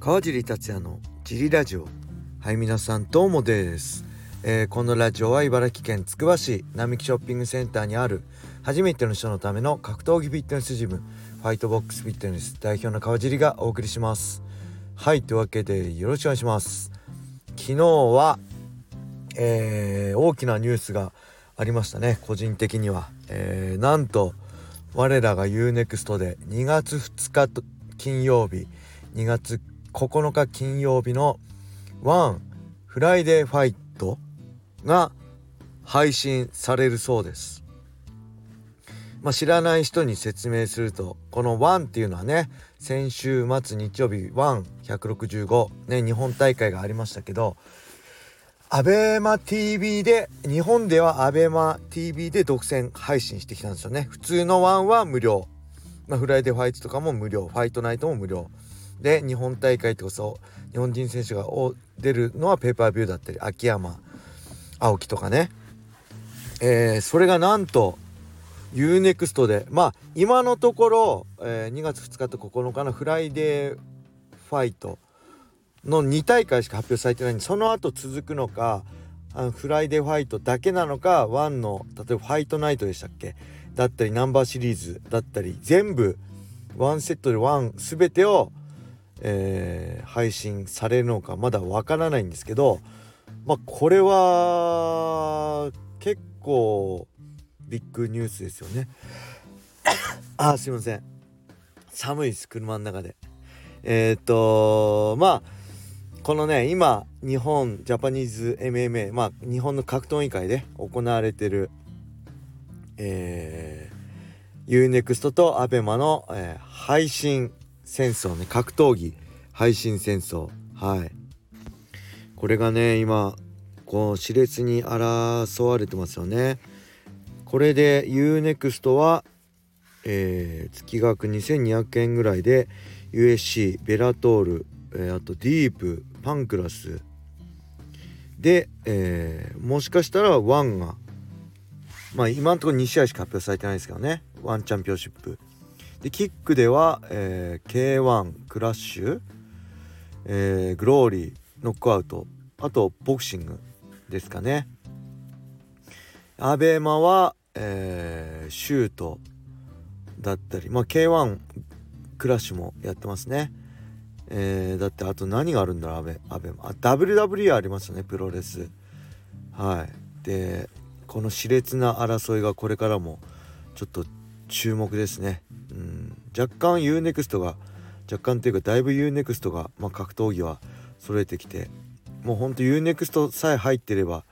川尻達也のジリラジオ。はい、皆さんどうもです。このラジオは茨城県つくば市並木ショッピングセンターにある初めての人のための格闘技フィットネスジム、ファイトボックスフィットネス代表の川尻がお送りします。はい、というわけでよろしくお願いします。昨日は、大きなニュースがありましたね。個人的には、なんと我らが UNEXT で2月2日と金曜日、2月9日金曜日のワンフライデーファイトが配信されるそうです。知らない人に説明すると、このワンっていうのはね、先週末日曜日ワン165ね、日本大会がありましたけど、アベマ TV で、日本ではアベマ TV で独占配信してきたんですよね。普通のワンは無料、フライデーファイトとかも無料、ファイトナイトも無料で、日本大会ってこそ日本人選手が出るのはペーパービューだったり、秋山青木とかね、それがなんと UNEXT で今のところ、2月2日と9日のフライデーファイトの2大会しか発表されてないんで、その後続くのか、フライデーファイトだけなのか、ワンの例えばファイトナイトでしたっけだったり、ナンバーシリーズだったり、全部ワンセットでワン全てを、配信されるのかまだわからないんですけど、これは結構ビッグニュースですよね。すいません、寒いです、車の中で。このね、今日本ジャパニーズ MMA、日本の格闘技会で行われてる、UNEXT と ABEMA の、配信戦争ね、格闘技配信戦争、これがね、今こう熾烈に争われてますよね。これで UNEXT は、月額2200円ぐらいで USC、ベラトール、あとディープ、パンクラスで、もしかしたらワンが今のところ2試合しか発表されてないですけどね、ワンチャンピオンシップで、キックでは、K1 クラッシュ、グローリー、ノックアウト、あとボクシングですかね。アベマは、シュートだったり、K1 クラッシュもやってますね。だってあと何があるんだろう、アベマ、WWE ありますよね、プロレス。でこの熾烈な争いがこれからもちょっと注目ですね。若干 UNEXT が、若干というかだいぶ UNEXT が、格闘技は揃えてきて、もうほんと UNEXT さえ入ってれば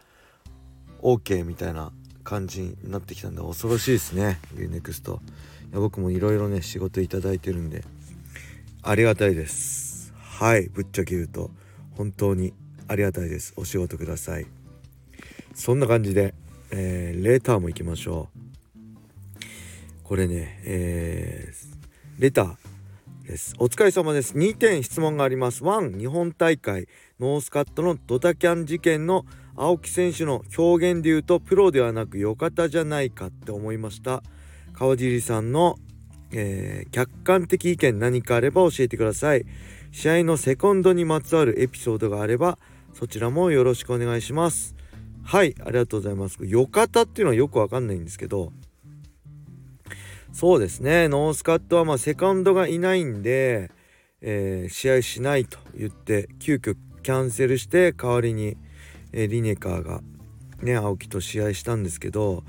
OK みたいな感じになってきたんで、恐ろしいですね UNEXT。僕もいろいろね仕事いただいてるんでありがたいです。ぶっちゃけ言うと本当にありがたいです。お仕事ください。そんな感じで、レターも行きましょう。これね、レターです。お疲れ様です。2点質問があります。1、日本大会ノースカットのドタキャン事件の青木選手の表現で言うと、プロではなくよかったじゃないかって思いました。川尻さんの、客観的意見何かあれば教えてください。試合のセコンドにまつわるエピソードがあればそちらもよろしくお願いします。ありがとうございます。よかったっていうのはよくわかんないんですけど、そうですね、ノースカットはセコンドがいないんで、試合しないと言って急遽キャンセルして、代わりに、リネカーがね青木と試合したんですけど、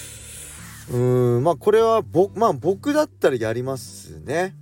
これは僕だったらやりますね。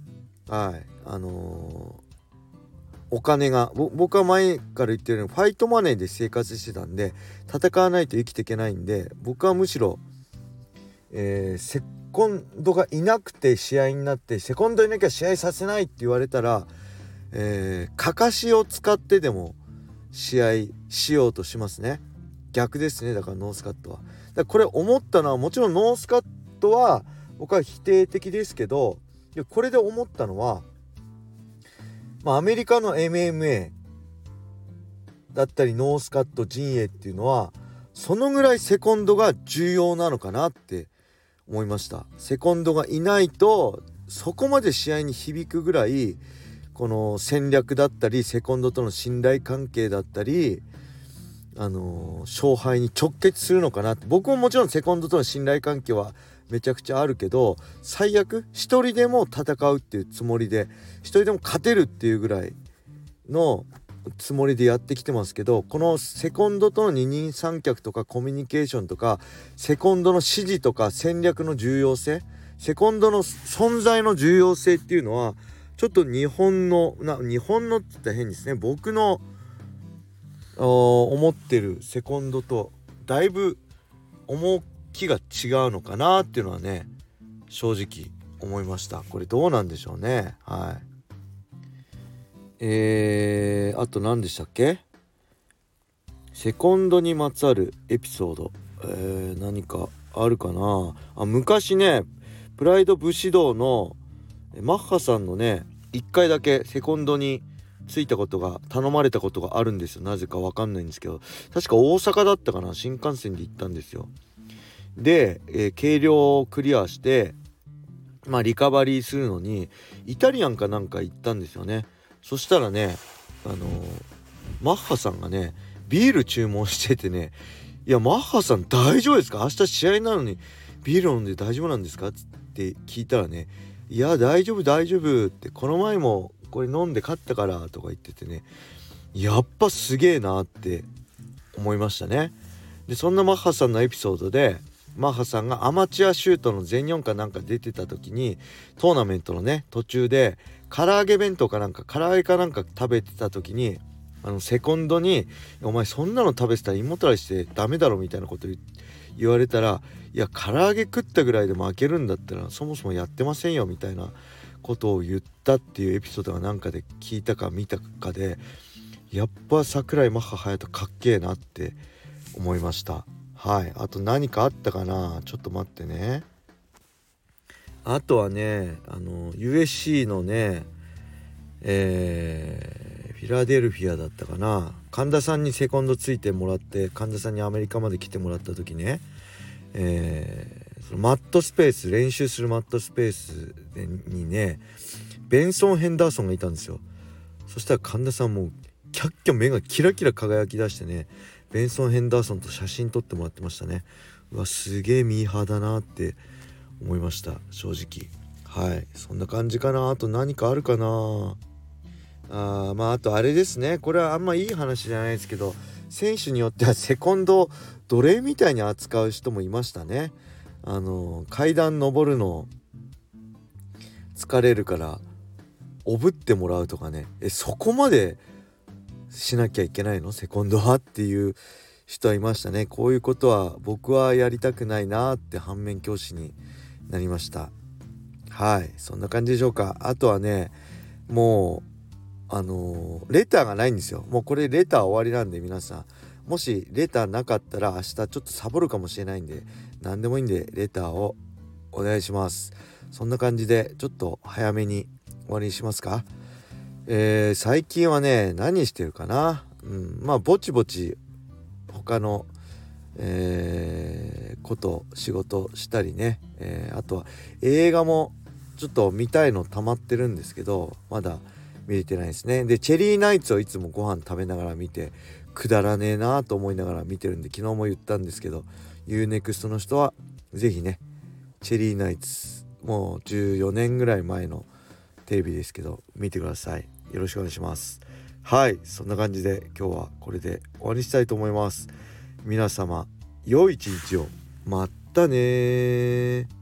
お金が、僕は前から言ってるようにファイトマネーで生活してたんで、戦わないと生きていけないんで、僕はむしろ、セコンドがいなくて試合になって、セコンドいなきゃ試合させないって言われたら、かかしを使ってでも試合しようとしますね。逆ですね。だからノースカットは、だからこれ思ったのは、もちろんノースカットは僕は否定的ですけど、これで思ったのは、アメリカの MMA だったりノースカット陣営っていうのはそのぐらいセコンドが重要なのかなって思いました。セコンドがいないとそこまで試合に響くぐらいこの戦略だったりセコンドとの信頼関係だったり勝敗に直結するのかなって。僕ももちろんセコンドとの信頼関係はめちゃくちゃあるけど、最悪一人でも戦うっていうつもりで、一人でも勝てるっていうぐらいのつもりでやってきてますけど、このセコンドとの二人三脚とかコミュニケーションとかセコンドの指示とか戦略の重要性、セコンドの存在の重要性っていうのはちょっと日本のって言ったら変ですね、僕の思ってるセコンドとだいぶ重きが違うのかなっていうのはね、正直思いました。これどうなんでしょうね。はい。あと何でしたっけ、セコンドにまつわるエピソード、何かあるかな。昔ね、プライド武士道のマッハさんのね、1回だけセコンドについたことが、頼まれたことがあるんですよ。なぜかわかんないんですけど、確か大阪だったかな、新幹線で行ったんですよ。で、計量をクリアしてリカバリーするのにイタリアンかなんか行ったんですよね。そしたらね、マッハさんがねビール注文しててね、いやマッハさん大丈夫ですか、明日試合なのにビール飲んで大丈夫なんですかって聞いたらね、いや大丈夫って、この前もこれ飲んで勝ったからとか言っててね、やっぱすげえなって思いましたね。でそんなマッハさんのエピソードで、マッハさんがアマチュアシュートの全日本かなんか出てた時に、トーナメントのね途中で唐揚げ弁当かなんか唐揚げかなんか食べてた時に、セコンドにお前そんなの食べてたら胃もたれしてダメだろみたいなこと言われたら、いや唐揚げ食ったぐらいで負けるんだったらそもそもやってませんよみたいなことを言ったっていうエピソードがなんかで聞いたか見たかで、やっぱ桜井マッハ隼人かっけえなって思いました。はい。あと何かあったかな、ちょっと待ってね。あとはね、USC のね、フィラデルフィアだったかな、神田さんにセコンドついてもらって、神田さんにアメリカまで来てもらった時ね、そのマットスペース、練習するマットスペースにねベンソン・ヘンダーソンがいたんですよ。そしたら神田さんもキャッキャ目がキラキラ輝き出してね、ベンソン・ヘンダーソンと写真撮ってもらってましたね。うわすげえミーハーだなって思いました、正直。はい、そんな感じかな。あと何かあるかな。あとあれですね、これはあんまいい話じゃないですけど、選手によってはセコンドを奴隷みたいに扱う人もいましたね。階段登るの疲れるからおぶってもらうとかね、そこまでしなきゃいけないのセコンドはっていう人はいましたね。こういうことは僕はやりたくないなって反面教師になりました。はい、そんな感じでしょうか。あとはね、もうレターがないんですよ。もうこれレター終わりなんで、皆さんもしレターなかったら明日ちょっとサボるかもしれないんで、何でもいいんでレターをお願いします。そんな感じでちょっと早めに終わりにしますか。最近はね何してるかな。ぼちぼち他の、仕事したりね、あとは映画もちょっと見たいの溜まってるんですけど、まだ見れてないですね。でチェリーナイツをいつもご飯食べながら見て、くだらねえなと思いながら見てるんで、昨日も言ったんですけど UNEXT の人はぜひね、チェリーナイツもう14年ぐらい前のテレビですけど見てください。よろしくお願いします。はい、そんな感じで今日はこれで終わりにしたいと思います。皆様良い一日を。まったね。